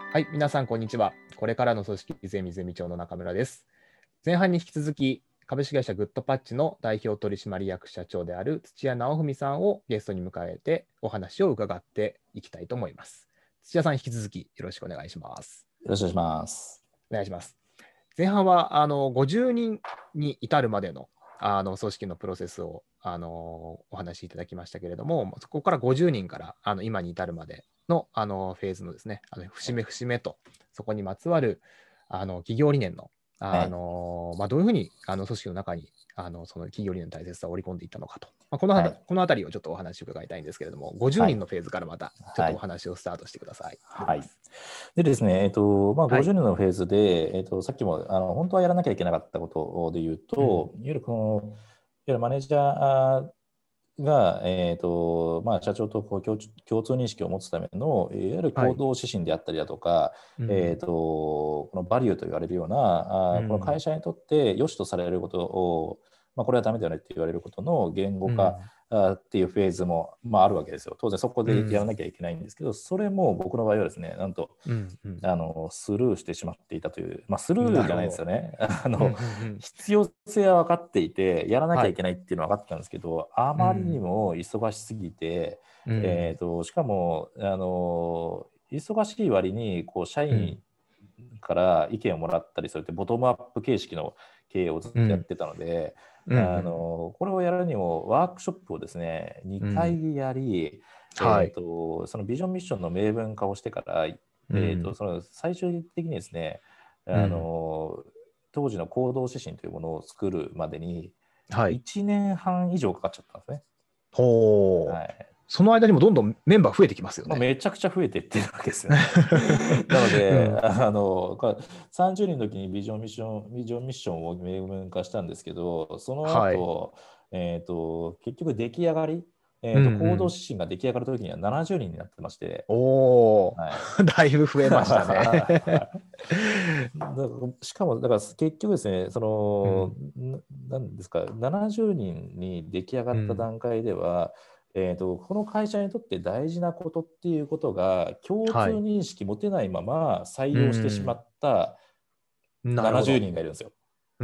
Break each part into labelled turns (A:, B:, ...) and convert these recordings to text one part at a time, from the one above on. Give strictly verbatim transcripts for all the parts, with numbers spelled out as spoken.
A: はい、皆さん、こんにちは。これからの組織ゼミゼミ長の中村です。前半に引き続き、株式会社グッドパッチの代表取締役社長である土屋直文さんをゲストに迎えてお話を伺っていきたいと思います。土屋さん、引き続きよろしくお願いします。
B: よろしくお願いします。
A: お願いします。前半はあのごじゅうにんに至るまでのあの組織のプロセスをあのお話しいただきましたけれども、そこからごじゅうにんからあの今に至るまでのあのフェーズのですね、あの節目節目と、そこにまつわるあの企業理念のあの、はいまあ、どういうふうにあの組織の中にあのその企業理念の大切さを織り込んでいったのかと、まあ、この、はい、このあたりをちょっとお話を伺いたいんですけれども、ごじゅうにんのフェーズからまたちょっとお話をスタートしてください。
B: はい。はい、でですね、えっとまあ、ごじゅうにんのフェーズで、はい、えっとさっきもあの本当はやらなきゃいけなかったことで言うと、うん、いわゆるこのいわゆるマネージャーが、えーとまあ、社長とこう 共, 共通認識を持つためのいわゆる行動指針であったりだとか、はい、えーとこのバリューと言われるような、うん、この会社にとって良しとされることを、まあ、これはダメだよねって言われることの言語化、うん、っていうフェーズも、まあ、あるわけですよ。当然そこでやらなきゃいけないんですけど、うん、それも僕の場合はですね、なんと、うんうん、あのスルーしてしまっていたという、まあ、スルーじゃないですよね。あの、うんうんうん、必要性は分かっていてやらなきゃいけないっていうのは分かってたんですけど、はい、あまりにも忙しすぎて、うん、えーと、しかもあの忙しい割にこう社員から意見をもらったりするってボトムアップ形式の経営をずっとやってたので、うん、あのこれをやるにもワークショップをですねにかいやり、うんえーとはい、そのビジョンミッションの明文化をしてから、うんえーとその最終的にですねあの、うん、当時の行動指針というものを作るまでにいちねんはん以上かかっちゃったんですね。
A: ほう、はい、その間にもどんどんメンバー増えてきますよね。
B: まあ、めちゃくちゃ増えていってるわけですよね。なので、うん、あのさんじゅうにんの時にビジョンミッションビジョンミッションを明文化したんですけど、その後、はいえーと結局出来上がり、えーとうんうん、行動指針が出来上がる時にはななじゅうにんになってまして、
A: おー、はい、だいぶ増えましたね。
B: しかもだから結局ですね、その、うん、なんですか、ななじゅうにんに出来上がった段階では、うんえーと、この会社にとって大事なことっていうことが共通認識持てないまま採用してしまったななじゅうにんがいるんですよ。
A: うん、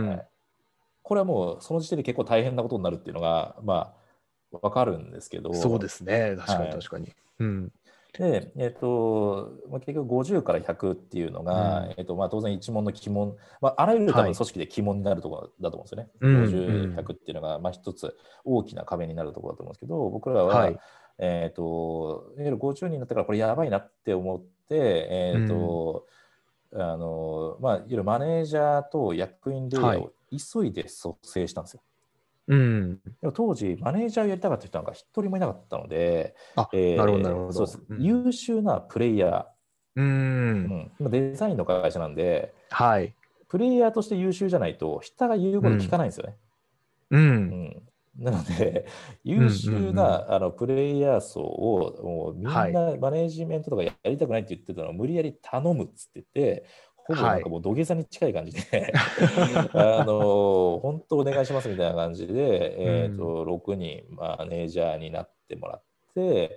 B: はい、これはもうその時点で結構大変なことになるっていうのがまあ分かるんですけど、
A: そうですね、確かに確かに。はいうん
B: で、えーとまあ、結局ごじゅうからひゃくっていうのが、うんえーとまあ、当然一門の鬼門、まあ、あらゆる多分組織で鬼門になるところだと思うんですよね。はい、ごじゅう、ひゃくっていうのが、まあ、一つ大きな壁になるところだと思うんですけど、僕らは、はいえーと、いわゆるごじゅうにんになったからこれやばいなって思って、えーとうんあのまあ、いわゆるマネージャーと役員レイヤーを急いで蘇生したんですよ。うん、でも当時マネージャーをやりたかった人なんか一人もいなかったので、
A: あ、えー、なるほどなるほど。
B: そうです、うん、優秀なプレイヤー、うんうん、デザインの会社なんで、はい、プレイヤーとして優秀じゃないと人が言うこと聞かないんですよね。うんうん、なので優秀な、うんうんうん、あのプレイヤー層をもうみんなマネージメントとかやりたくないって言ってたのを無理やり頼むっつって言ってほぼなんかもう土下座に近い感じで、はい、あの本当お願いしますみたいな感じで、えーと、ろくにんマネージャーになってもらって、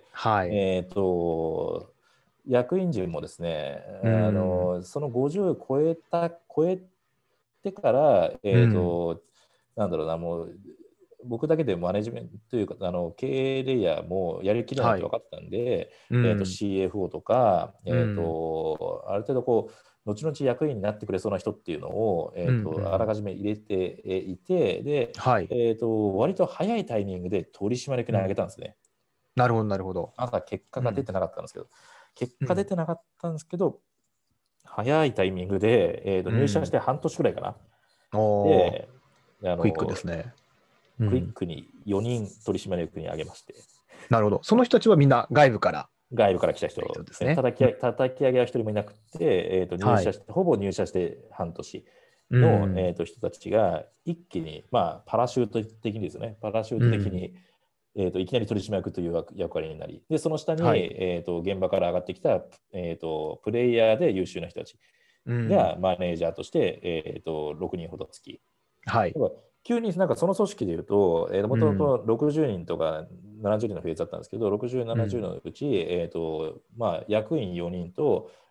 B: はい、えーと役員陣もですね、あのそのごじゅう超えた超えてから、えーとなんだろうなもう僕だけでマネジメントというかあの経営レイヤーもやりきれないって分かったんで、はいえー、と シーエフオー とか、うんえー、とある程度こう後々役員になってくれそうな人っていうのを、えーとうんうん、あらかじめ入れていてで、はいえー、と割と早いタイミングで取締役に上げたんですね。
A: うん、なるほどなるほど。
B: まだ結果が出てなかったんですけど、うん、結果出てなかったんですけど、うん、早いタイミングで、えー、と入社して半年くらいかな。うん、で
A: あのクイックですね。
B: クイックによにん取締役に挙げまして、うん、
A: なるほど。その人たちはみんな外部から
B: 外部から来た人ですね。叩き叩き上げは一人もいなくて、えー、と入社して、はい、ほぼ入社して半年の、うんえー、と人たちが一気に、まあ、パラシュート的にですね、パラシュート的に、うんえー、といきなり取締役という役割になり、でその下に、はいえー、と現場から上がってきた、えー、とプレイヤーで優秀な人たちがマネージャーとして、えー、とろくにんほどつき、はい、急になんかその組織でいうと、もともとろくじゅうにんとかななじゅうにんのフェーズだったんですけど、ろくじゅう、ななじゅうのうち、うんえーとまあ、役員よにんと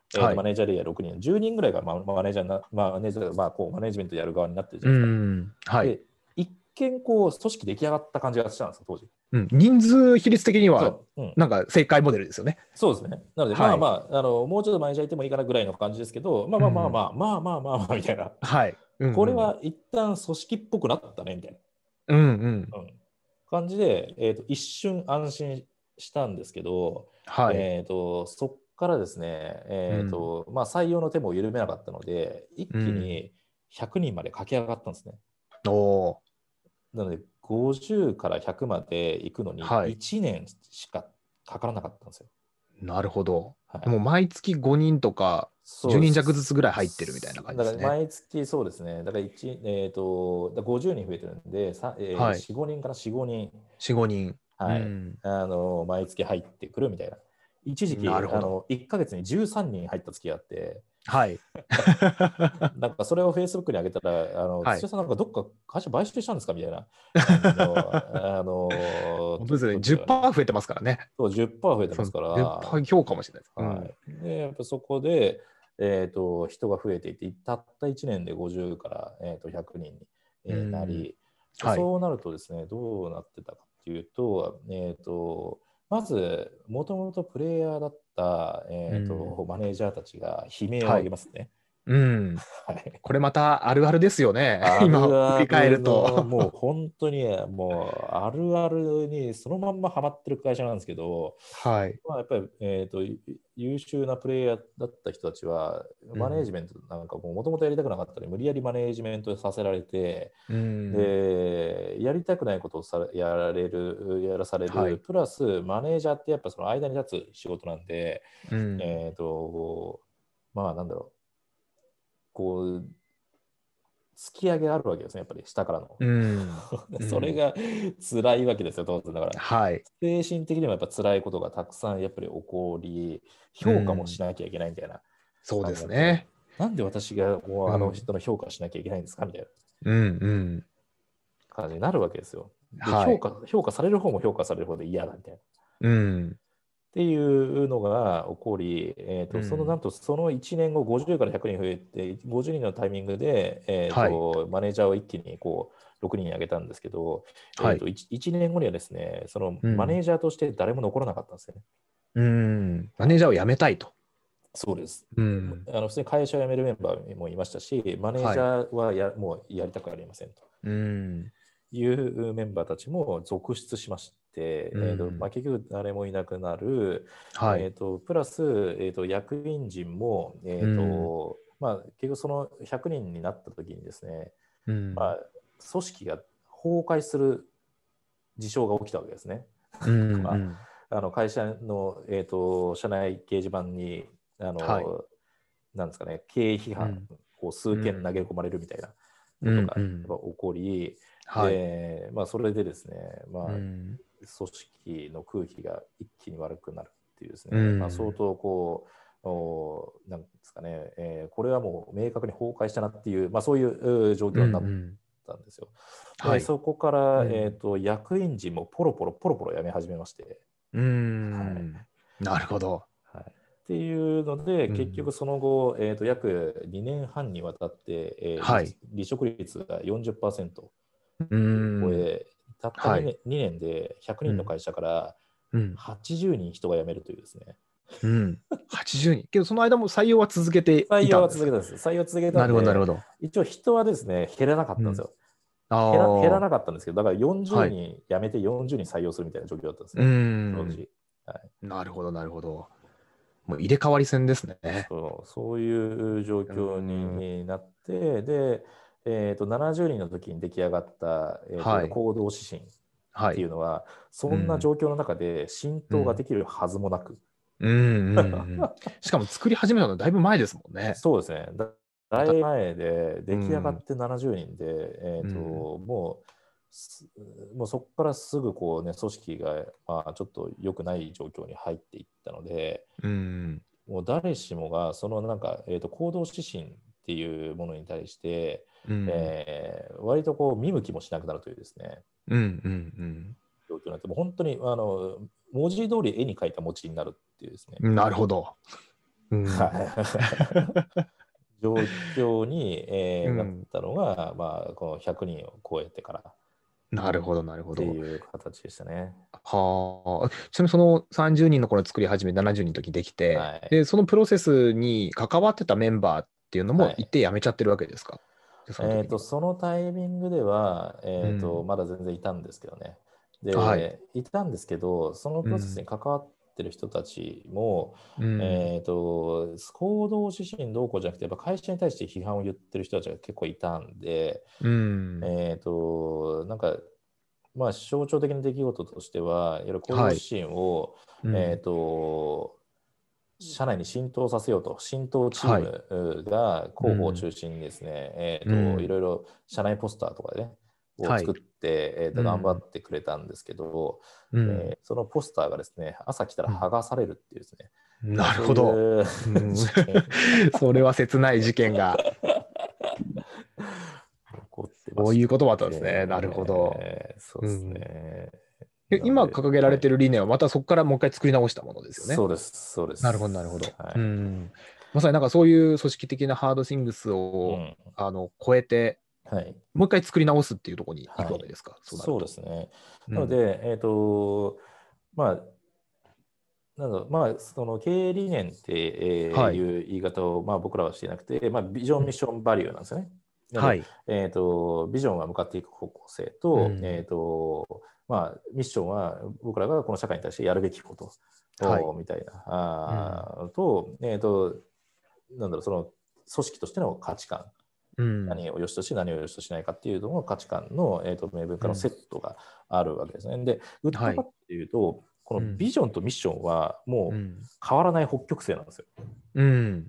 B: えー
A: はい。
B: とマネージャーレイヤーろくにん、じゅうにんぐらいが、まあ、マネージャーな、マネージャー、まあ、こうマネジメントやる側になってるじゃ
A: う
B: ないですか。
A: ん。はい。
B: で、一見こう組織出来上がった感じがしたんですよ、当時。
A: うん、人数比率的には、
B: そう、うん、
A: なんか正解モデルですよね。
B: そうですね。なので、ま
A: はい。
B: あまあ、あのもうちょっとマネージャーいてもいいかなぐらいの感じですけど、まあまあまあま
A: うん。
B: あ、まあまあまあまあ、みたいな。
A: はい。うん
B: これ
A: うん。
B: は一旦組織っぽくなったね、みたい
A: うんうん。
B: な、うん、感じで、えーと、一瞬安心したんですけど、
A: はい。
B: えーと、そこからですね、えー
A: うん。
B: とまあ、採用の手も緩めなかったので、一
A: うん。
B: 気にひゃくにんまで駆け上がったんですね。
A: おお。
B: なので、ごじゅうからひゃくまで行くのに
A: はい。
B: いちねんしかかからなかったんですよ。
A: なるほど。
B: はい、
A: もう毎月ごにんとか10
B: そうで
A: 人弱ずつぐらい入ってるみたいな
B: す。だから
A: 感じですね。
B: 毎月そうですね。だからいち、えーと、だからごじゅうにん増えてるんで、さえー、
A: はい。
B: よん、ごにんからよん、ごにん、
A: よん、ごにん。う
B: はい、
A: ん。
B: あの毎月入ってくるみたいな。一時期、
A: なるほど。
B: あのいっかげつにじゅうさんにん入った月があって、
A: はい。
B: なんかそれを Facebook に上げたら、あの
A: はい。
B: 土屋さん、なんかどっか会社買収したんですかみたいな感じの、あの
A: 本当ですよね。
B: 時がね、
A: じゅっパーセント増えてますからね。
B: そう、じゅっパーセント増えて
A: その
B: ますから、
A: じゅっパーセント強かもしれないです。うん。
B: はい。で、やっぱそこで、えーと、人が増えていて、たったいちねんでごじゅうから、えーとひゃくにんに、
A: う
B: えーな
A: ん。
B: り、
A: はい。
B: そうなるとですね、どうなってたかっていうと、えーと、まず、もともとプレイヤーだった、えー
A: うん。
B: とマネージャーたちが悲鳴を
A: はい。
B: 上げますね。
A: うん。
B: はい。
A: これまたあるあるですよね。
B: あ
A: 今
B: るあ
A: 振り返
B: る
A: ると。
B: の、もう本当に、もうあるあるにそのまんまハマってる会社なんですけど、
A: はい。
B: まあ、やっぱり、えーと、優秀なプレイヤーだった人たちは、マネー
A: うん。
B: ジメントなんかもともとやりたくなかったのに、無理やりマネージメントさせられて、
A: うん。
B: で、やりたくないことをさやられる、やらされる、
A: はい。
B: プラス、マネージャーってやっぱその間に立つ仕事なんで、
A: うん。
B: えーと、まあ、なんだろう、こう、突き上げあるわけですね、やっぱり下からの。
A: うん。うん。
B: それが辛いわけですよ、当然だから。
A: はい。
B: 精神的にもやっぱ辛いことがたくさんやっぱり起こり、
A: う
B: 評価もし
A: ん。
B: なきゃいけないみたいな
A: そうで
B: 感じになって、
A: すね。
B: なんで私がもうあの
A: うん。
B: 人の評価しなきゃいけないんですかみたいな
A: うん。うん。
B: 感じになるわけですよ。で、
A: はい。
B: 評価、評価される方も評価される方で嫌だみたいな。っ
A: うん。
B: ていうのが起こり、えーと、そのな
A: うん。
B: んとそのいちねんご、ごじゅうからひゃくにん増えて、ごじゅうにんのタイミングで、えー
A: はい。
B: と、マネージャーを一気にこうろくにん上げたんですけど、え
A: はい。
B: ーと、1, いちねんごにはですね、その
A: うん。
B: マネージャーとして誰も残らなかったんですね。
A: うん。マネージャーを辞めたいと。
B: そうです。
A: うん。
B: あの普通に会社を辞めるメンバーもいましたし、マネー
A: はい。
B: ジャーはやもうやりたくありませんと
A: うん。
B: いうメンバーたちも続出しまして、
A: う
B: えーとまあ、
A: ん。
B: 結局誰もいなくなる、
A: はい。
B: えーとプラス、えーと役員陣も、えー
A: うん。
B: とまあ、結局そのひゃくにんになった時にですね、
A: うん。
B: まあ、組織が崩壊する事象が起きたわけですね。
A: うん。
B: まあ、
A: うん。
B: あの会社の、えーと社内掲示板にあ
A: はい。
B: のなんですかね、経営批判
A: うん。
B: を数件投げ込まれるみたいな
A: うん。
B: ことがやっ
A: うん。
B: ぱ起こり、
A: はい。
B: で、まあ、それでですね、
A: う
B: まあ、
A: ん。
B: 組織の空気が一気に悪くなるっていうです
A: う
B: ね、まあ、相
A: ん。
B: 当こう、おなんですかね、えーこれはもう明確に崩壊したなっていう、まあ、そういう状
A: うん。
B: 況になっ
A: うん。
B: たんですよ。で、
A: はい。
B: そこから、えー
A: うん。
B: と、役員陣もポロポロポロポロ辞め始めまして、
A: うー
B: はい。
A: ん。なるほど。
B: はい、っていうので、
A: うん。
B: 結局その後、えーと、約にねんはんにわたって、えー離
A: はい。
B: 離職率がよんじゅっパーセント
A: うーん。
B: 超え、たった2
A: はい。
B: 年、にねんでひゃくにんの
A: うん。
B: 会社から
A: うん。
B: はちじゅうにん人が辞めるというですね。
A: うん。はちじゅうにん。けど、その間も採用は続けて
B: 採用は
A: いたんですか？
B: 続けたんです。採用続けた
A: なるほど、なるほ
B: んで、
A: ど。
B: 一応人はですね、減らなかっ
A: うん。
B: たんですよ。減ら減ら
A: ああ。
B: なかったんですけど、だから40
A: はい。
B: 人辞めてよんじゅうにん採用するみたいな状況だったんです
A: うー
B: ね、当
A: ん。
B: 時。はい、
A: なるほど、なるほど。もう入れ替わり戦ですね。
B: そう、そういう状
A: うー
B: 況
A: ん。
B: になって、で、えーと、ななじゅうにんの時に出来上がった、えーと、
A: はい。
B: 行動指針っ
A: はい。
B: ていうのは、そんな
A: うん。
B: 状況の中で浸透が
A: うん。
B: できるはずもなく、
A: うん。うん。うん。しかも作り始めたのだいぶ前ですもんね。
B: そうですね、だだいぶ前で
A: う
B: 出来上がっ
A: ん。
B: てななじゅうにんで、えーと、
A: うん。
B: もう、もうそこからすぐこう、ね、組織が、まあ、ちょっと良くない状況に入っていったので、
A: うん。
B: もう誰しもがそのなんか、えーと、行動指針っていうものに対して、
A: うん。
B: えー割とこう見向きもしなくなるというですね、
A: うん。うん。
B: 状況になって、もう本当にあの文字通り絵に描いた餅になるっていうですね、
A: うん。なるほど。 うん。
B: 状況に、えーなっ
A: うん。
B: たのが、まあ、このひゃくにんを超えてからっ
A: なるほど、なるほど。
B: ていう形でしたね。
A: はあ。ちなみにそのさんじゅうにんの頃作り始め、ななじゅうにんの時できて、
B: はい。
A: で、そのプロセスに関わってたメンバーっていうのも一
B: はい。
A: 定辞めちゃってるわけですか？でその
B: えっと、
A: 時には。
B: そのタイミングでは、えっと、
A: うん。
B: まだ全然いたんですけどね。
A: はい。
B: で、いたんですけど、そのプロセスに
A: うん。
B: 関わってる人たちも、
A: うん。
B: えっと、行動指針どうこうじゃなくて、やっぱ会社に対して批判を言ってる人たちが結構いたんで、
A: うん。
B: えっと、なんか、まあ、象徴的な出来事としては、いわゆる行動
A: はい。
B: 指針を、えっ
A: うん。
B: と、社内に浸透させようと、浸透チー
A: はい。
B: ムが広報を
A: うん。
B: 中心にですね、えーと、い
A: うん。
B: ろいろ社内ポスターとかでね、を
A: はい。
B: 作って、えーと、頑張
A: うん。
B: ってくれたんですけど、
A: うん。
B: えーそのポスターがですね、朝来たら
A: うん。
B: 剥がされるっていうですね、まあ、
A: なる
B: そうい
A: ほど。
B: う
A: うん。
B: 事件
A: それは切ない事件が。
B: 起こってまし
A: そういうこともあったんですね。なるほど。
B: て、そうです
A: うん。
B: ね。
A: え
B: なので、
A: 今掲げら
B: はい。
A: れてる理念はまたそこからもう一回作り直したものですよね。
B: そうです、そうで
A: なるほど、なるほ
B: す。
A: ど。
B: はい。
A: うん。まさになんかそういう組織的なハードシングスを
B: うん。
A: あの超えて、
B: はい。
A: もう一回作り直すっていうところに行
B: はい。
A: くわけですか、そうなる
B: そうで
A: と。
B: すね。
A: うん。
B: なので、えっと、まあ、なんだろう、まあ、その経営理念って
A: はい。
B: いう言い方を、まあ、僕らはしていなくて、まあ、ビジョン、ミッ
A: うん
B: ション、バリューなんですよね。なので、
A: はい。
B: えっと、ビジョンは向かっていく方向性
A: う
B: と、えっ
A: ん。
B: と、まあ、ミッションは僕らがこの社会に対してやるべきこと
A: はい。
B: おみたいな、
A: うん。
B: あーと、えっと、なんだろう、その組織としての価値観、
A: うん。
B: 何を良しとし、何を良しとしないかっていうのの価値観の、えーと明文化のセ
A: うん。
B: ットがあるわけですね。で、ウッ
A: はい。
B: ドパっていうと、このビ
A: うん。
B: ジョンとミッションはもう
A: うん。
B: 変わらない北極星なんですよ。
A: うん。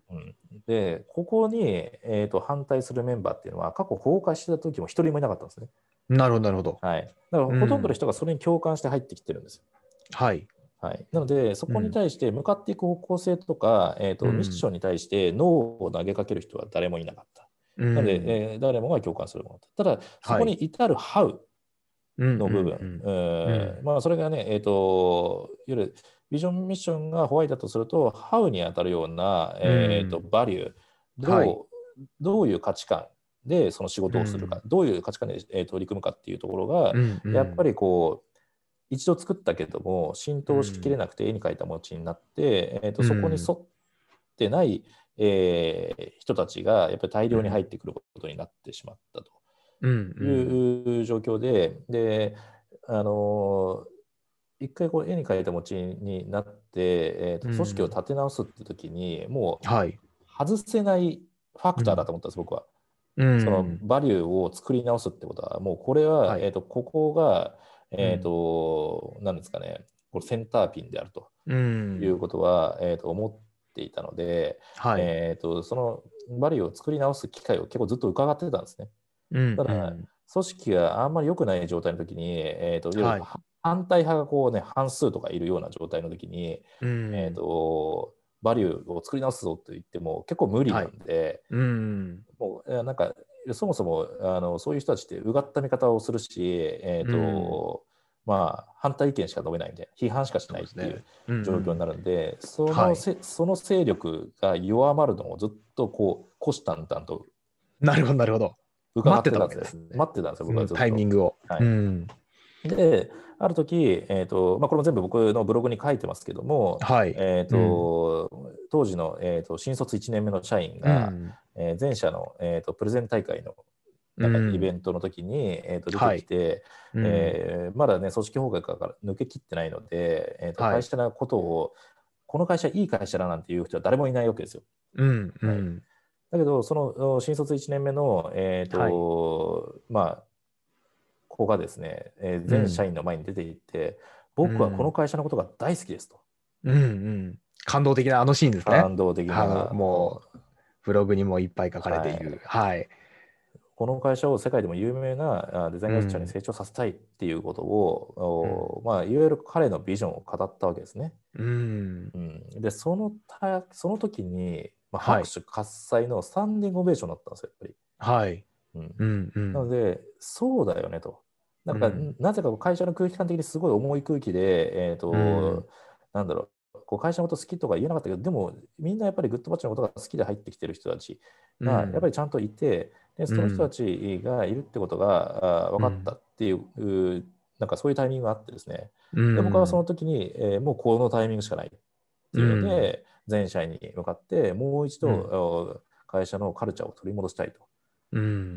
B: うん、で、ここに、えーと反対するメンバーっていうのは、過去崩壊してた時も一人もいなかったんですね。
A: なるほど、なるほど。
B: はい。だからほとんどの
A: うん。
B: 人がそれに共感して入ってきてるんですよ。
A: はい。
B: はい、なので、そこに
A: うん。
B: 対して向かっていく方向性とか、えーと、ミッシ
A: うん。
B: ョンに対してノーを投げかける人は誰もいなかった。
A: う
B: なので、
A: ん。
B: えー誰もが共感するものだった。ただ、そこに
A: はい。
B: 至る How
A: うん。うん。
B: の部分、
A: うん。う
B: えー
A: ん。
B: まあ、それがね、えーと、いわゆるビジョンミッションがホワイトだとすると、How に当たるような、
A: う
B: えーと、
A: ん。
B: バリュー、
A: はい。
B: どう、どういう価値観でその仕
A: う
B: 事をするか、
A: ん。
B: どういう価値観で、えー取り組むかっていうところが、
A: うん。う
B: やっぱ
A: ん。
B: りこう、一度作ったけども浸透しきれ
A: うん。
B: なくて絵に描いた餅になって、えーとそこに
A: うん。
B: 沿ってない、えー人たちがやっぱり大量に入
A: うん。
B: ってくることになってしまったと
A: うん。う
B: い
A: ん。
B: う状況で、で、あのー一回こう絵に描いた餅になって、えーと組織を
A: うん。
B: 立て直すって時にも
A: はい。
B: う外せないファクターだ
A: うん。
B: と思ったんです、僕は。
A: う
B: その
A: ん。
B: バリューを作り直すってことは、もうこれは、
A: はい。
B: えーとここが、えー
A: うん。
B: と、なんですかね、これセンターピンであると
A: うん。
B: いうことは、えーと思っていたので、
A: はい。
B: えーと、そのバリューを作り直す機会を結構ずっと伺ってたんですね。
A: うん。
B: ただ、
A: うん。
B: 組織があんまり良くない状態の時に、えーと、いわゆる
A: はい。
B: 反対派がこうね、半数とかいるような状態の時に、
A: う
B: えー
A: ん。
B: と、バリューを作り直すぞと言っても結構無理な
A: はい。
B: んで、
A: うん。
B: もうなんかそもそもあのそういう人たちってうがった見方をするし、えー
A: うん。
B: とまあ、反対意見しか述べないんで批判しかし
A: そうですね。
B: ないっていう
A: うん。うん。
B: 状況になるんで、そ
A: はい。
B: のせその勢力が弱まるのをずっとこう虎視眈々と
A: なるほど、なるほど。
B: 伺
A: 待ってたわけ
B: ってたんですね。
A: ですね。
B: 待ってたんですよ、僕
A: うん。タイミ
B: はずっと。
A: ングを。
B: はい、
A: うん。
B: で、ある時、えーとまあ、これも全部僕のブログに書いてますけども、
A: はい。
B: えー
A: うん。
B: と当時の、えーと新卒いちねんめの社員が、
A: うん。
B: えー前社の、えーとプレゼン大会の
A: う
B: なんかイベ
A: ん。
B: ントの時に、えーと出て
A: はい。
B: きて、
A: うん。
B: えーまだね、組織崩壊から抜けきってないので、えーと
A: はい。
B: 会社のことを、この会社いい会社だなんていう人は誰もいないわけですよ。
A: うん。う
B: はい、
A: ん。
B: だけど、その新卒いちねんめの、えー
A: はい。
B: とまあ、子がですね、えー
A: うん。
B: 全社員の前に出て行って、僕はこの
A: うん。
B: 会社のことが大好きですと。
A: うん。うん。感動的なあのシーンですね。
B: 感動的
A: あの、
B: な、
A: もう、ブログにもいっぱい書かれて
B: はい、
A: いる。はい。
B: この会社を世界でも有名なデザイン会社に
A: うん。
B: 成長させたいっていうこと
A: うん。
B: を、まあ、いわゆる彼のビジョンを語ったわけですね。
A: うん。
B: うん、でそのたその時に、まあ、
A: はい。
B: 拍手喝采のスタンディングオベーションだったんですよ、やっぱり。
A: はい。
B: うん、
A: うん。うん。
B: なので、そうだよねと。なんか、
A: うん。
B: なぜか会社の空気感的にすごい重い空気で、えー
A: うん。
B: と、なんだろう、 こう会社のこと好きとか言えなかったけど、でもみんなやっぱりグッドバッチのことが好きで入ってきてる人たちがやっぱりちゃんといて、でその人たちがいるってことが、あ分かったっていう、うん、なんかそういうタイミングがあってですね、うん、で僕はその時に、えー、もうこのタイミングしかないっていうので、うん、全社員に向かってもう一度、うん、会社のカルチャーを取り戻したいと。うん、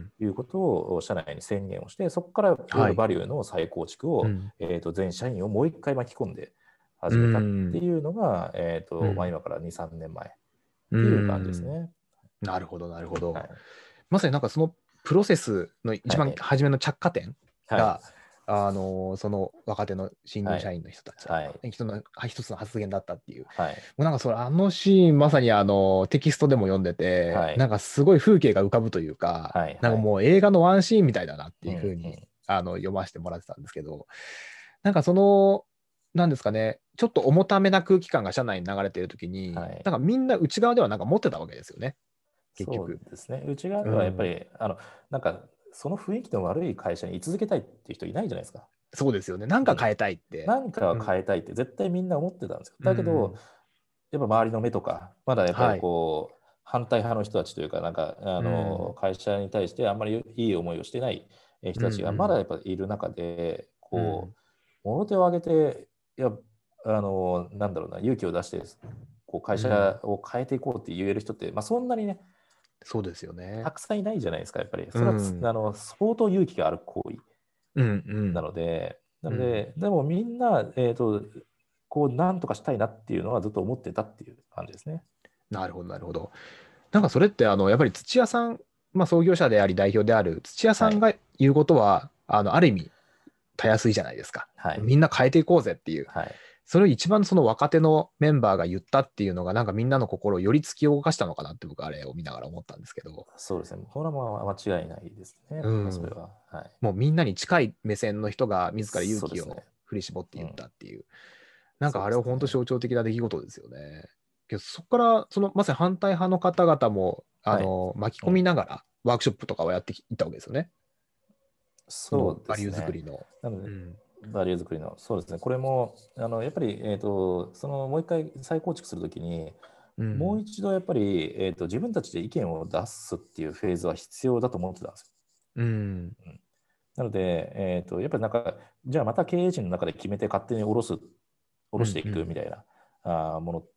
B: いうことを社内に宣言をして、そこからいわゆるバリューの再構築を、はい、えー、と全社員をもう一回巻き込んで始めたっていうのが、うん、えーとまあ、今からに、さんねんまえっていう感じですね。
A: うん、なるほど、なるほど。はい、まさになんかそのプロセスの一番初めの着火点が、はい、あのその若手の新入社員の人たちだった、はい、人の一つの発言だったっていう、はい、もうなんかそれあのシーンまさにあのテキストでも読んでて、はい、なんかすごい風景が浮かぶというか、はい、なんかもう映画のワンシーンみたいだなっていうふうに、うんうん、あの読ませてもらってたんですけど、なんかそのなんですかね、ちょっと重ためな空気感が社内に流れているときに、はい、なんかみんな内側ではなんか持ってたわけですよね、結局。
B: そうですね、内側ではやっぱり、うん、あのなんかその雰囲気の悪い会社に居続けたいっていう人いないじゃないですか。
A: そうですよね、なんか変えたいって。
B: うん、なんかは変えたいって絶対みんな思ってたんですよ。だけど、うん、やっぱ周りの目とか、まだやっぱりこう、はい、反対派の人たちというか、なんかあの、うん、会社に対してあんまりいい思いをしてない人たちがまだやっぱいる中で、うんうん、こう、もろ手を挙げて、いや、あの、なんだろうな、勇気を出して、こう会社を変えていこうって言える人って、まあ、そんなにね、
A: そうですよね。
B: たくさんいないじゃないですか、やっぱり。それは、うん、あの相当勇気がある行為なので、うんうん、なので、うん、でもみんな、えーと、こう、なんとかしたいなっていうのはずっと思ってたっていう感じですね。
A: なるほど、なるほど。なんかそれって、あのやっぱり土屋さん、まあ、創業者であり代表である土屋さんが言うことは、はい、あのある意味、たやすいじゃないですか。はい、みんな変えていこうぜっていう。はい、それを一番その若手のメンバーが言ったっていうのが、なんかみんなの心をより突き動かしたのかなって僕、あれを見ながら思ったんですけど。
B: そうですね。これはまあ間違いないですね。うん、それは、はい。
A: もうみんなに近い目線の人が自ら勇気を振り絞って言ったっていう。う、ね、うん、なんかあれは本当象徴的な出来事ですよね。けどそこからそのまさに反対派の方々もあの、はい、巻き込みながらワークショップとかをやっていったわけですよね。
B: そうですね。
A: バリュー作りの。
B: なので、うん、バリュー作りの、そうですね。これもあのやっぱり、えーと、そのもう一回再構築するときに、うん、もう一度やっぱり、えーと、自分たちで意見を出すっていうフェーズは必要だと思ってたんですよ。うんうん、なので、えーと、やっぱりなんか、じゃあまた経営陣の中で決めて勝手に下ろす、下ろしていくみたいな。うんうんあものって、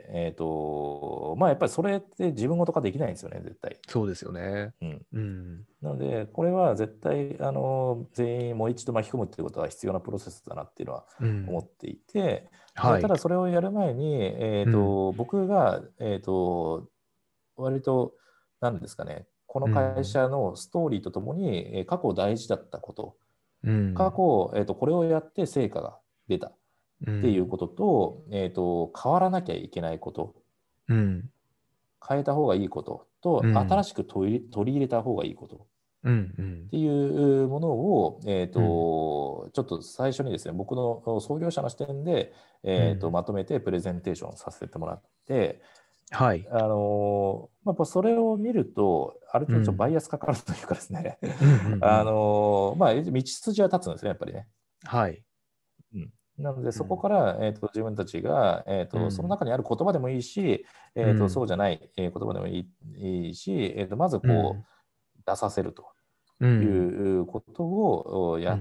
B: えーとまあ、やっぱりそれって自分ごと化できないんですよね、絶対。
A: そうですよね。
B: うんうん、なので、これは絶対あの全員もう一度巻き込むっていうことは必要なプロセスだなっていうのは思っていて、うんはい、ただそれをやる前に、えーとうん、僕が、えーと、割と何ですかね、この会社のストーリーとともに、うん、過去大事だったこと、うん、過去、えーと、これをやって成果が出た。っていうことと、うん、えーと、変わらなきゃいけないこと、うん、変えた方がいいことと、うん、新しく取り取り入れた方がいいこと、うんうん、っていうものを、えーとうん、ちょっと最初にですね、僕の創業者の視点で、えーとうん、まとめてプレゼンテーションさせてもらって、はい、あのやっぱそれを見るとある程度ちょっとバイアスかかるというかですね、あのまあ道筋は立つんですね、やっぱりね。はい。うんなので、そこから、うん、えーと、自分たちが、えーとうん、その中にある言葉でもいいし、えーとうん、そうじゃない、えー、言葉でもいい、いいし、えーと、まずこう、うん、出させるということをやって、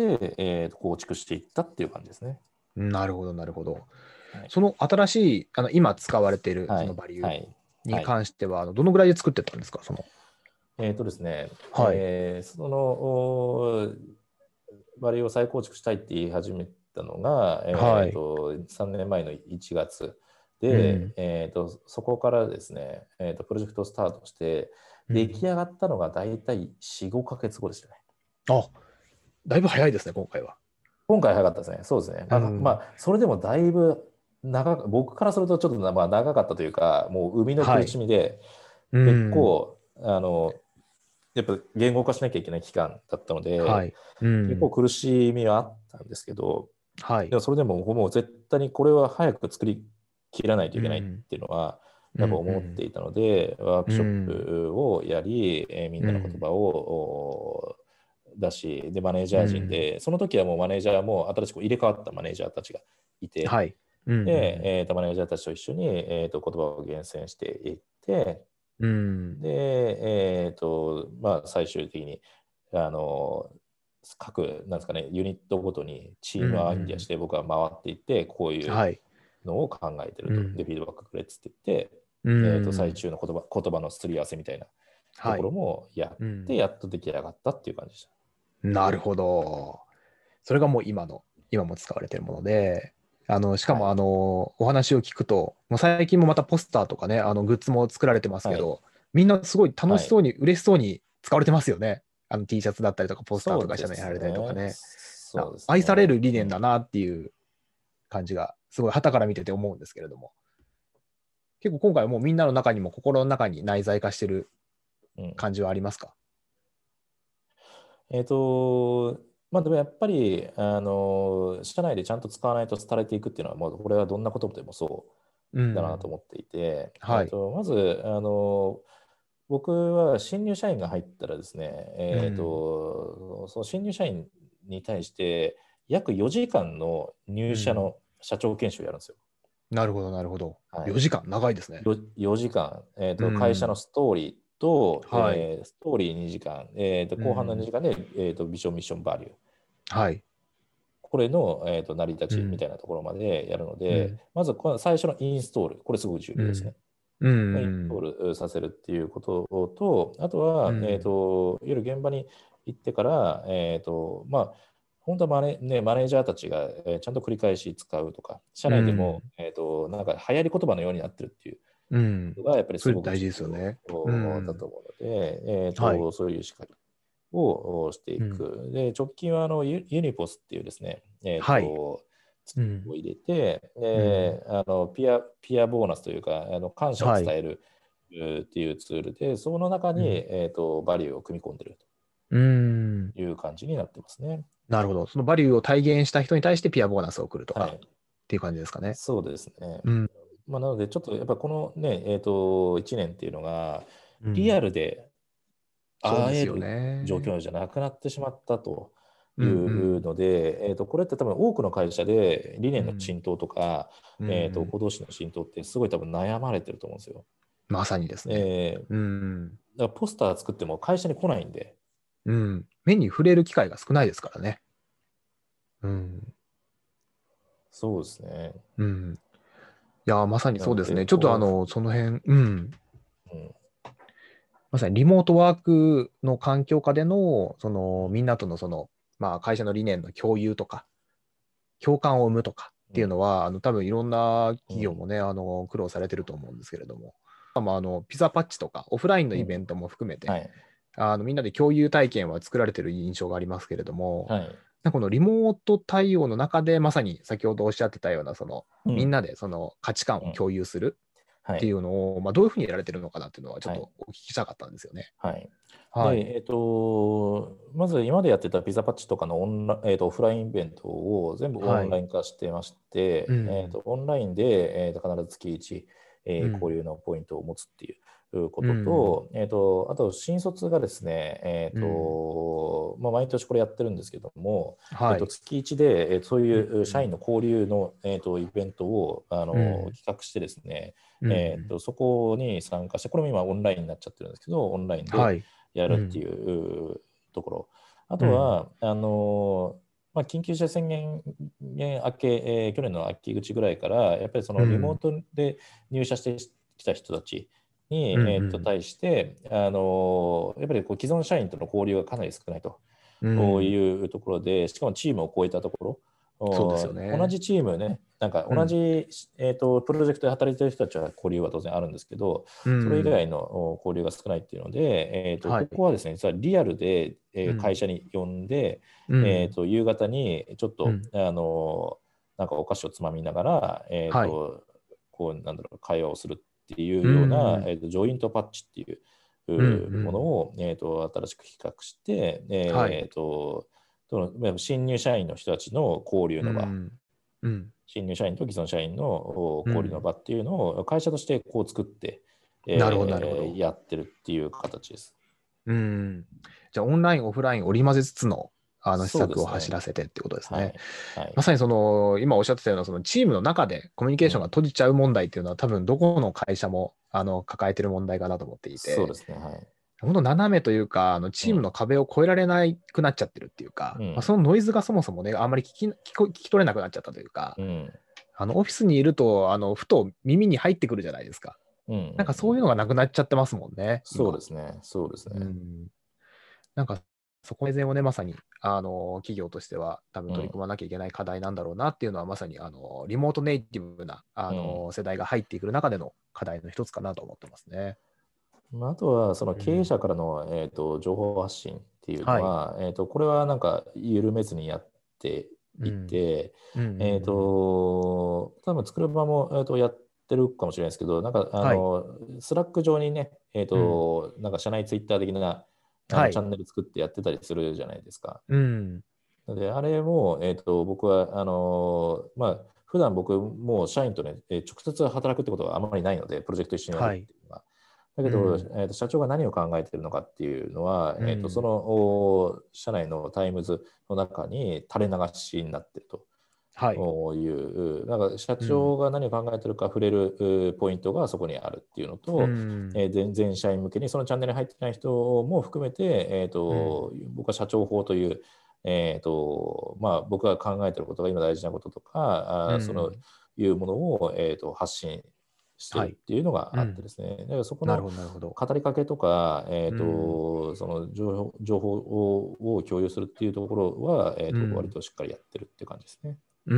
B: うんえーと、構築していったっていう感じですね。
A: なるほど、なるほど。はい、その新しい、あの今使われているそのバリューに関しては、はいはい、どのぐらいで作ってたんですか、その。
B: えっ、ー、とですね、はいえー、そのバリューを再構築したいって言い始めたのが、はい、えー、とさんねんまえのいちがつで、うんえー、とそこからですね、えー、とプロジェクトをスタートして出来上がったのが大体よん、ごかげつごでしたね。
A: あ、だいぶ早いですね、今回は。
B: 今回早かったですね。そうですね。まあ、うん、まあ、それでもだいぶ長く、僕からするとちょっとまあ長かったというか、もう生みの苦しみで、はい、結構、うん、あの、やっぱ言語化しなきゃいけない期間だったので、はいうん、結構苦しみはあったんですけど、はい、でもそれでももう絶対にこれは早く作り切らないといけないっていうのはやっぱ思っていたので、うん、ワークショップをやり、えー、みんなの言葉を、うん、出しでマネージャー陣で、うん、その時はもうマネージャーも新しく入れ替わったマネージャーたちがいて、はい
A: うん
B: で、えーとマネージャーたちと一緒に、えーと言葉を厳選していって、
A: うん。
B: で、えーとまあ、最終的にあの各なんですか、ね、ユニットごとにチームアイデアして僕は回っていって、こういう
A: はい。
B: のを考えてると。
A: うん。
B: で、フィードバックくれっつって言って、
A: う
B: えーと最
A: ん。
B: 終の言葉、言葉のすり合わせみたいなと
A: はい。
B: ころもやって、
A: うん。
B: やっと出来上がったっていう感じでした。
A: なるほど。それがもう今の、今も使われているもので、あの、しか
B: はい。
A: もあの、お話を聞くと、もう最近もまたポスターとかね、あの、グッズも作られてますけ
B: はい。
A: ど、みんなすごい楽
B: はい。
A: しそうに、嬉しそうに使われてますよね。あの T シャツだったりとか、ポスターとか
B: そうで
A: 社内に貼られたりとか
B: すね。
A: ね。な
B: そうです
A: 愛され
B: ね。
A: る理
B: うん。
A: 念だなっていう感じが、すごい傍から見てて思うんですけれども、結構今回はもうみんなの中にも心の中に内在化してる
B: うん、
A: 感じはありますか？
B: えっ、と、まあでもやっぱり、あの、社内でちゃんと使わないと廃れていくっていうのは、もうこれはどんなことでもそうだなと
A: うん。
B: 思っていて、えっ、
A: はい。
B: と、まず、あの、僕は新入社員が入ったらですね、えっ、
A: うん。
B: と、その新入社員に対して約よじかんの入社
A: うん。
B: の社長研修をやるんですよ。
A: なるほど、なるほど。
B: はい。
A: よじかん、長いですね。
B: よよじかん、えー
A: う
B: と、会社の
A: ん。
B: ストーリーと、
A: はい。
B: えーストーリーにじかん、えーと、後半の
A: うん。
B: にじかんで、えーと、ビジョン、ミッション、バリュー。
A: はい。
B: これの、えーと、成り立ちみ
A: うん。
B: たいなところまでやるので、
A: うん。
B: まずこの最初のインストール、これすごく重要ですね。
A: うん。う
B: インスト
A: ん。
B: ールさせるっていうことと、あとは、えー
A: うん。
B: と、いわゆる現場に行ってから、えーと、まあ、本当はマネ、ね、マネージャーたちが、えーちゃんと繰り返し使うとか、社
A: う
B: 内でも、
A: ん。
B: えーと、なんか流行り言葉のようになってるっていう
A: うん。
B: がやっぱりすごく重
A: それ大事ですよね。う
B: 要だ
A: ん。
B: と思うので、えー
A: はい。
B: と、そういう仕掛けをしてい
A: うん。
B: く。で、直近はあのユユニポスっていうですね、えー
A: はい。
B: と、
A: うん。
B: を入れて、
A: うん。
B: であのピア、ピアボーナスというか、あの感謝を
A: はい。
B: 伝えるっていうツールで、その中に、
A: うん。
B: えーと、バリューを組み込んでいる
A: うん。
B: という感じになってますね。
A: なるほど。そのバリューを体現した人に対してピアボーナスを送るとか
B: はい。
A: っていう感じですかね。
B: そうですね。
A: うん。
B: まあ、なので、ちょっとやっぱこのね、えーと、いちねんっていうのが、リ
A: うん。
B: アルで
A: そうですよ
B: 会える状
A: ね。
B: 況じゃなくなってしまったと
A: うん。
B: い
A: うん。
B: うので、えーと、これって多分多くの会社で理念の
A: うん。
B: 浸透とか、
A: う
B: えーと、
A: ん。
B: 行動指の浸透ってすごい多分悩まれてると思うんですよ。
A: まさにですね。
B: えー
A: うん。
B: だからポスター作っても会社に来ないんで、
A: うん。目に触れる機会が少ないですからね。うん。
B: そうですね。
A: うん。いや、まさに
B: なので、
A: そうですね。ちょっとあ
B: こ
A: の、その辺、うん。
B: う、うん、
A: まさにリモートワークの環境下での、その、みんなとのその、まあ、会社の理念の共有とか、共感を生むとかっ
B: うん、
A: ていうのは、あの、多分いろんな
B: うん、
A: 企業もね、あの、苦労されてると思うんですけれども、まあ、あの、ピザパッチとか、オフラインの
B: うん、
A: イベントも含めて、
B: はい、
A: あの、みんなで共有体験は作られてる印象がありますけれども、
B: はい、
A: なんかこのリモート対応の中で、まさに先ほどおっしゃってたような、その、
B: うん、
A: みんなでその価値観を
B: うん、
A: 共有するってい
B: はい、
A: うのを、まあ、どういうふうにやられてるのかなっていうのは、ちょっ
B: はい、
A: とお聞きしたかったんですよね。
B: はい。
A: はい。
B: で、えっと、まず今までやってたピザパッチとかのオンラ、えっと、オフラインイベントを全部オ
A: はい。
B: ンライン化してまして、えっ
A: うん。
B: と、オンラインで、えっと、必ず月いち、えー
A: うん。
B: 交流のポイントを持つっていうこ
A: うん。
B: とと、えっと、あと、新卒がですね、えっ
A: うん。
B: と、まあ、毎年これやってるんですけども、えっと、
A: はい。
B: 月いちで、えーそう
A: う
B: いう社員
A: ん。
B: の交流の、えっと、イベントをあの
A: うん。
B: 企画してですね、
A: うん。
B: えっと、そこに参加して、これも今オンラインになっちゃってるんですけど、オンラインで
A: はい。
B: やるって
A: うん。
B: いうところ。あ
A: うん。
B: とは、あのまあ、緊急事態宣言明け、えー去年の秋口ぐらいから、やっぱりそのリモー
A: うん。
B: トで入社してきた人たちに、
A: うん。
B: えー、と対して、あのやっぱりこう既存社員との交流がかなり少ないと
A: うん。
B: いうところで、しかもチームを超えたところ、
A: そうですよね。
B: 同じチームね、なんか
A: うん。
B: 同じ、えー、とプロジェクトで働いてる人たちは交流は当然あるんですけど、
A: う
B: それ以
A: ん。
B: 外の交流が少ないっていうので、えー、と
A: はい。
B: ここはですね、実はリアルで、えー会
A: うん。
B: 社に呼んで、えー、
A: うん。
B: と夕方にちょっと、
A: うん。
B: あのなんかお菓子をつまみながら、えー、
A: はい。
B: とこうなんだろう会話をするっていう
A: う
B: ような、
A: ん。
B: えー、とジョイントパッチっていう
A: うん。う
B: うもの
A: ん。
B: を、えー、と新しく企画して、
A: はい。
B: えー、とその新入社員の人たちの交流の場、
A: うん。うん。
B: 新入社員と既存社員の交流の
A: うん。
B: 場っていうのを会社としてこう作って、
A: なるほど、なるほど。
B: えーやってるっていう形です。
A: うん。じゃあ、オンライン、オフライン織り交ぜつつの、 あの施
B: そうですね。
A: 策を走らせてってことですね。
B: はい。はい。
A: まさにその今おっしゃってたようなそのチームの中でコミュニケーションが
B: うん。
A: 閉じちゃう問題っていうのは多分どこの会社もあの抱えてる問題かなと思っていて、
B: そうですね。はい。
A: 本当斜めというかあのチーム
B: うん。
A: の壁を越えられなくなっちゃってるっていうか、まあ、
B: うん。
A: そのノイズがそもそもねあんまり聞き、聞こ聞き取れなくなっちゃったというか、
B: うん。
A: あのオフィスにいるとあのふと耳に入ってくるじゃないですか。
B: うん。うん。
A: なんか
B: うん。
A: そういうのがなくなっちゃってますもんね、
B: そう
A: 今。
B: ですね。そうですね。
A: うん。なんかそこの改善をね、まさにあの企業としては多分
B: うん。
A: 取り組まなきゃいけない課題なんだろうなっていうのは、まさにあのリモートネイティブなあ
B: うん。
A: の世代が入ってくる中での課題の一つかなと思ってますね。
B: まあ、あとは、その
A: うん、
B: 経営者からの、えーと、情報発信っていうの
A: はい。
B: は、えーと、これはなんか緩めずにやってい
A: うん。
B: て、
A: うんうん
B: えー
A: うん。
B: と、多分作る場も、えーと、やってるかもしれないですけど、なんか、あ
A: はい。
B: の、スラック上にね、えー
A: うん。
B: と、なんか社内ツイッター的なあのチャ
A: はい。
B: ンネル作ってやってたりするじゃないですか。
A: うん。
B: で、あれも、えーと、僕は、あの、まあ、普段僕も社員とね、えー直接働くってことがあまりないので、プロジェクト一緒にやる
A: はい。
B: っていうのは。だけど、
A: うん。
B: えーと、社長が何を考えているのかっていうのは、えーと、そ
A: うん。
B: のお社内のタイムズの中に垂れ流しになっている
A: はい。
B: という、なんか社
A: うん。
B: 長が何を考えているか触れるうポイントがそこにあるっていうの
A: う
B: と、
A: ん。
B: えー全全社員向けにそのチャンネルに入ってない人も含めて、えー
A: うん。
B: と、僕は社長法という、えーとまあ、僕が考えていることが今大事なこととか、
A: う
B: あその
A: ん。
B: いうものを、えーと、発信してるっ
A: はい。
B: ていうのがあって
A: うん。
B: ですね、だからそこの
A: なるほど、なるほど。
B: 語りかけとか、えー
A: うん。
B: と、その情報情報をを共有するっていうところは、えーと、割
A: うん。
B: としっかりやってるっていう感じですね。
A: うん。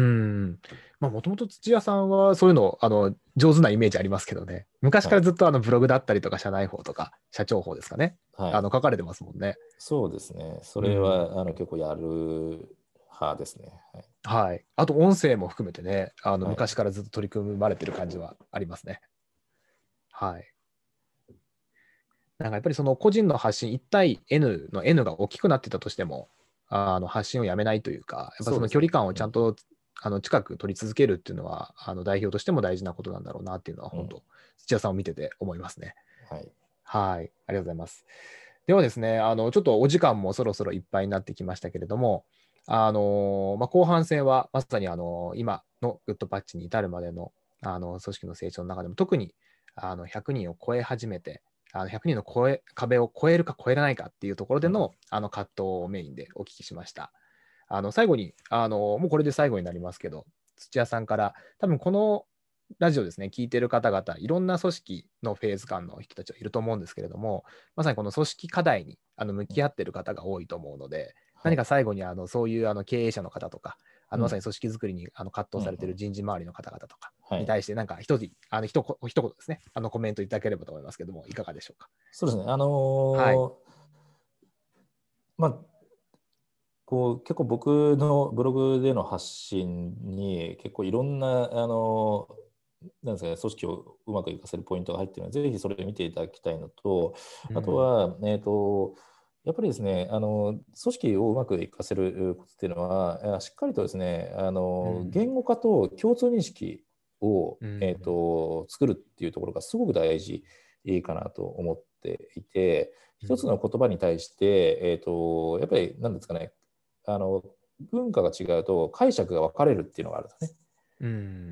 A: まあ、もともと土屋さんはそういうの、あの、上手なイメージありますけどね。昔
B: はい。
A: からずっとあのブログだったりとか、社内法とか、社長法ですかね。
B: はい。
A: あの、書かれてますもんね。
B: そうですね。それ
A: うん。
B: はあの結構やる派ですね。はい。
A: はい。あと、音声も含めてね、あの、
B: はい。
A: 昔からずっと取り組まれてる感じはありますね。はい。なんかやっぱりその個人の発信いち対 N の N が大きくなってたとしても、あの発信をやめないというか、やっぱ
B: そうですね。
A: その距離感を
B: うん。
A: ちゃんとあの近く取り続けるっていうのは、あの代表としても大事なことなんだろうなっていうのは、
B: うん。
A: 本当、土屋さんを見てて思いますね。
B: はい。
A: はい。ありがとうございます。ではですね、あのちょっとお時間もそろそろいっぱいになってきましたけれども、あのまあ、後半戦はまさにあの今のグッドパッチに至るまでのあの組織の成長の中でも、特にあのひゃくにんを超え始めて、あのひゃくにんの超え壁を超えるか超えれないかっていうところで
B: うん。
A: のあの葛藤をメインでお聞きしました。あの最後にあの、もうこれで最後になりますけど、土屋さんから、多分このラジオですね、聞いている方々、いろんな組織のフェーズ感の人たちはいると思うんですけれども、まさにこの組織課題にあの向き合っている方が多いと思うので、
B: はい。
A: 何か最後にあのそういうあの経営者の方とか、あのまさ
B: うん。
A: に組織づくりにあの葛
B: うん。う
A: 藤されている
B: ん。
A: 人事周りの方々とか
B: はい。
A: に対して、なんか一つ、あの一言一言ですね、あのコメントいただければと思いますけども、いかがでしょうか。
B: そうですね。あ
A: はい。
B: のーまあ、こう結構僕のブログでの発信に結構いろんな、あのなんですかね、組織をうまくいかせるポイントが入っているので、ぜひそれを見ていただきたいのと、あと
A: うん。
B: は、えーと、やっぱりですね、あの組織をうまくいかせることっていうのは、しっかりとですね、あの
A: うん。
B: 言語化と共通認識を、えー
A: うん。
B: と、作るっていうところがすごく大事かなと思っていて、一つの言葉に対して、えーと、やっぱり何ですかね、あの文化が違うと解釈が分かれるっていうのがあるんですね。
A: うん。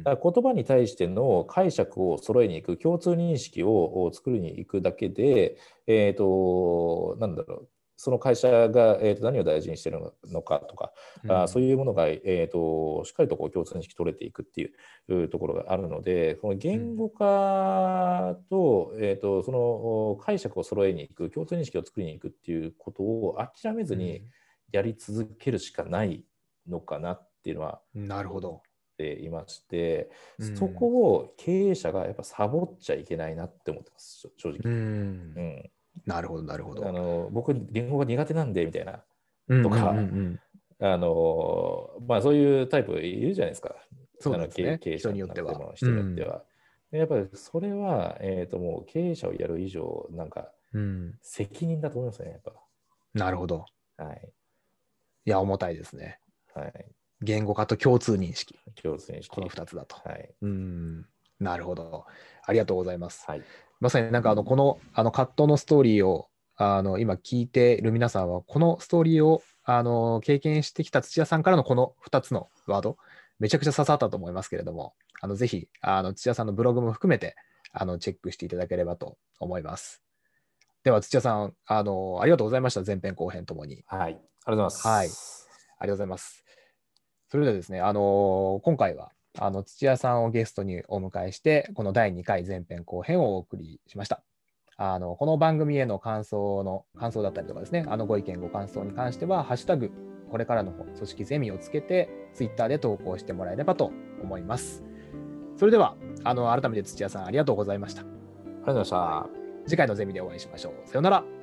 B: だから言葉に対しての解釈を揃えに行く、共通認識を作りに行くだけで、えーと、なんだろう、その会社が、えーと、何を大事にしているのかとか、あそう
A: うん。
B: いうものが、えーと、しっかりとこう共通認識取れていくっていうところがあるので、この言語化と、えーと、その解釈を揃えに行く、共通認識を作りに行くっていうことを諦めずにやり続けるしかないのかなっていうのは
A: うん。なるほ
B: 思っ
A: ど。
B: ていまして、そ
A: うん。
B: こを経営者がやっぱサボっちゃいけないなって思ってます、正直。
A: うん。
B: うん、
A: なるほど、なるほど。
B: あの僕、言語が苦手なんでみたいな
A: うんうんうんう
B: とか、
A: ん。
B: あのまあ、そういうタイプいるじゃないですか、あの経
A: そうですね。人
B: 経営者の
A: によっては。
B: 中でも人によって
A: うん。
B: は。でやっぱりそれは、えーと、もう経営者をやる以上、なんか
A: うん。
B: 責任だと思いますね、やっ
A: なるほど。
B: ぱ。はい。
A: いや、重たいですね。
B: はい。
A: 言語化と共通認識。
B: 共通認
A: この
B: 識。
A: ふたつだと。
B: はい。
A: うん。なるほど。ありがとうございます。
B: はい。
A: まさになんかあの、この、あの、葛藤のストーリーを、 あの今聞いている皆さんは、このストーリーをあの経験してきた土屋さんからのこのふたつのワード、めちゃくちゃ刺さったと思いますけれども、あのぜひあの土屋さんのブログも含めてあのチェックしていただければと思います。では土屋さん、あのありがとうございました。前編後編ともに。
B: はい、ありがとうございます。
A: はい、ありがとうございます。それではですね、あの今回はあの土屋さんをゲストにお迎えして、このだいにかい前編後編をお送りしました。あのこの番組への感想の感想だったりとかですね、あのご意見ご感想に関しては、ハッシュタグこれからの組織ゼミをつけて、ツイッターで投稿してもらえればと思います。それでは、あの改めて土屋さんありがとうございました。あり
B: がとうございました。
A: 次回のゼミでお会いしましょう。さようなら。